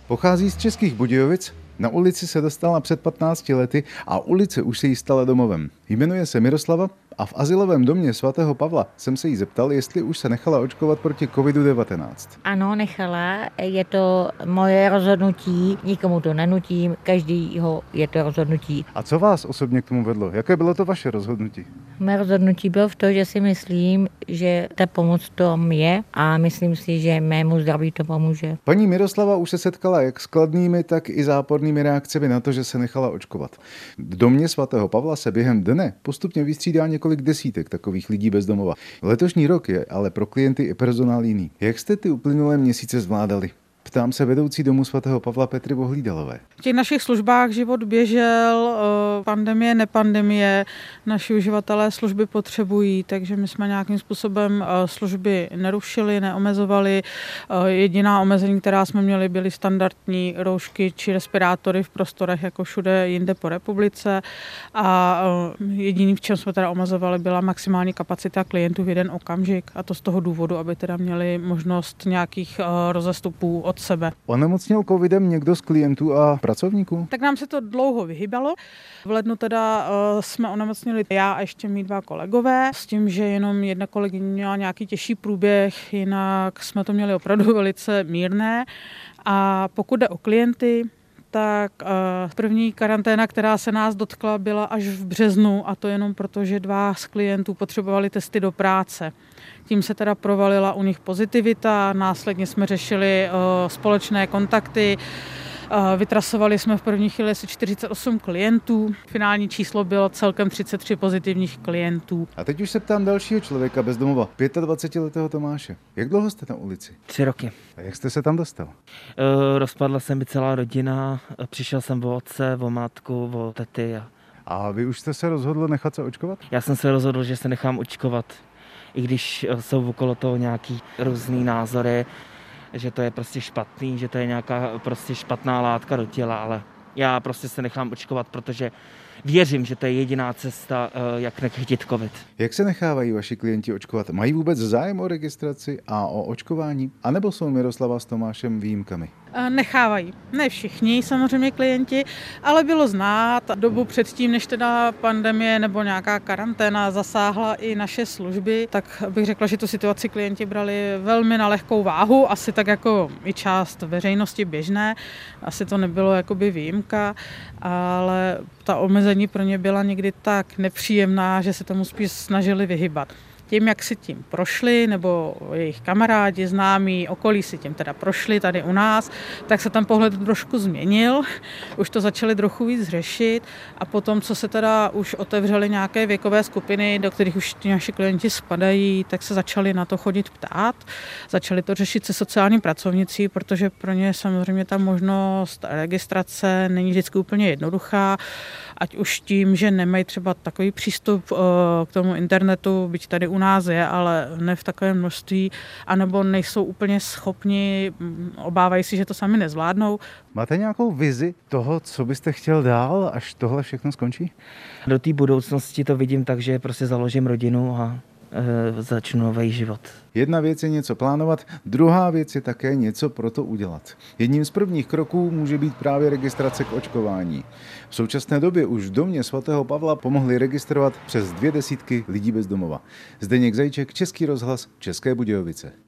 Pochází z Českých Budějovic, na ulici se dostala před 15 lety a ulice už se jí stala domovem. Jmenuje se Miroslava a v azylovém domě svatého Pavla jsem se jí zeptal, jestli už se nechala očkovat proti COVID-19. Ano, nechala. Je to moje rozhodnutí, nikomu to nenutím, každýho je to rozhodnutí. A co vás osobně k tomu vedlo? Jaké bylo to vaše rozhodnutí? Mé rozhodnutí bylo v tom, že si myslím, že ta pomoc tom je a myslím si, že mému zdraví to pomůže. Paní Miroslava už se setkala jak s kladnými, tak i zápornými reakcemi na to, že se nechala očkovat. V domě svatého Pavla se během dne postupně vystřídá několik desítek takových lidí bez domova. Letošní rok je ale pro klienty i personál jiný. Jak jste ty uplynulé měsíce zvládali? Ptám se vedoucí domu svatého Pavla Petry Bohlídalové. V těch našich službách život běžel, pandemie, nepandemie, naši uživatelé služby potřebují, takže my jsme nějakým způsobem služby nerušili, neomezovali. Jediná omezení, která jsme měli, byly standardní roušky či respirátory v prostorech, jako všude jinde po republice. A jediný, v čem jsme teda omezovali, byla maximální kapacita klientů v jeden okamžik. A to z toho důvodu, aby teda měli možnost nějakých rozestupů od sebe. Onemocněl covidem někdo z klientů a pracovníků? Tak nám se to dlouho vyhýbalo. V lednu teda jsme onemocnili já a ještě mý 2 kolegové, s tím, že jenom jedna kolegyně měla nějaký těžší průběh, jinak jsme to měli opravdu velice mírné. A pokud jde o klienty, tak první karanténa, která se nás dotkla, byla až v březnu, a to jenom proto, že 2 z klientů potřebovali testy do práce. Tím se teda provalila u nich pozitivita, následně jsme řešili společné kontakty, vytrasovali jsme v první chvíli asi 48 klientů, finální číslo bylo celkem 33 pozitivních klientů. A teď už se ptám dalšího člověka bez domova, 25letého Tomáše. Jak dlouho jste na ulici? 3 roky. A jak jste se tam dostal? Rozpadla se mi celá rodina, přišel jsem o otce, o matku, o tety. A vy už jste se rozhodl nechat se očkovat? Já jsem se rozhodl, že se nechám očkovat, i když jsou okolo toho nějaký různý názory, že to je prostě špatný, že to je nějaká prostě špatná látka do těla, ale já prostě se nechám očkovat, protože věřím, že to je jediná cesta, jak nechytit covid. Jak se nechávají vaši klienti očkovat? Mají vůbec zájem o registraci a o očkování? A nebo jsou Miroslava s Tomášem výjimkami? Nechávají. Ne všichni samozřejmě klienti, ale bylo znát dobu předtím, než teda pandemie nebo nějaká karanténa zasáhla i naše služby, tak bych řekla, že tu situaci klienti brali velmi na lehkou váhu, asi tak jako i část veřejnosti běžné, asi to nebylo jakoby výjimka, ale ta omezení pro ně byla někdy tak nepříjemná, že se tomu spíš snažili vyhybat. Tím, jak si tím prošli, nebo jejich kamarádi, známí, okolí si tím teda prošli tady u nás, tak se tam pohled trošku změnil, už to začali trochu víc řešit a potom, co se teda už otevřely nějaké věkové skupiny, do kterých už ti naši klienti spadají, tak se začali na to chodit ptát, začali to řešit se sociální pracovnicí, protože pro ně samozřejmě ta možnost registrace není vždycky úplně jednoduchá, ať už tím, že nemají třeba takový přístup k tomu internetu, byť tady u nás je, ale ne v takovém množství, anebo nejsou úplně schopni, obávají si, že to sami nezvládnou. Máte nějakou vizi toho, co byste chtěl dál, až tohle všechno skončí? Do té budoucnosti to vidím tak, že prostě založím rodinu a začnu nový život. Jedna věc je něco plánovat, druhá věc je také něco pro to udělat. Jedním z prvních kroků může být právě registrace k očkování. V současné době už v domě svatého Pavla pomohli registrovat přes 2 desítky lidí bez domova. Zdeněk Zajíček, Český rozhlas, České Budějovice.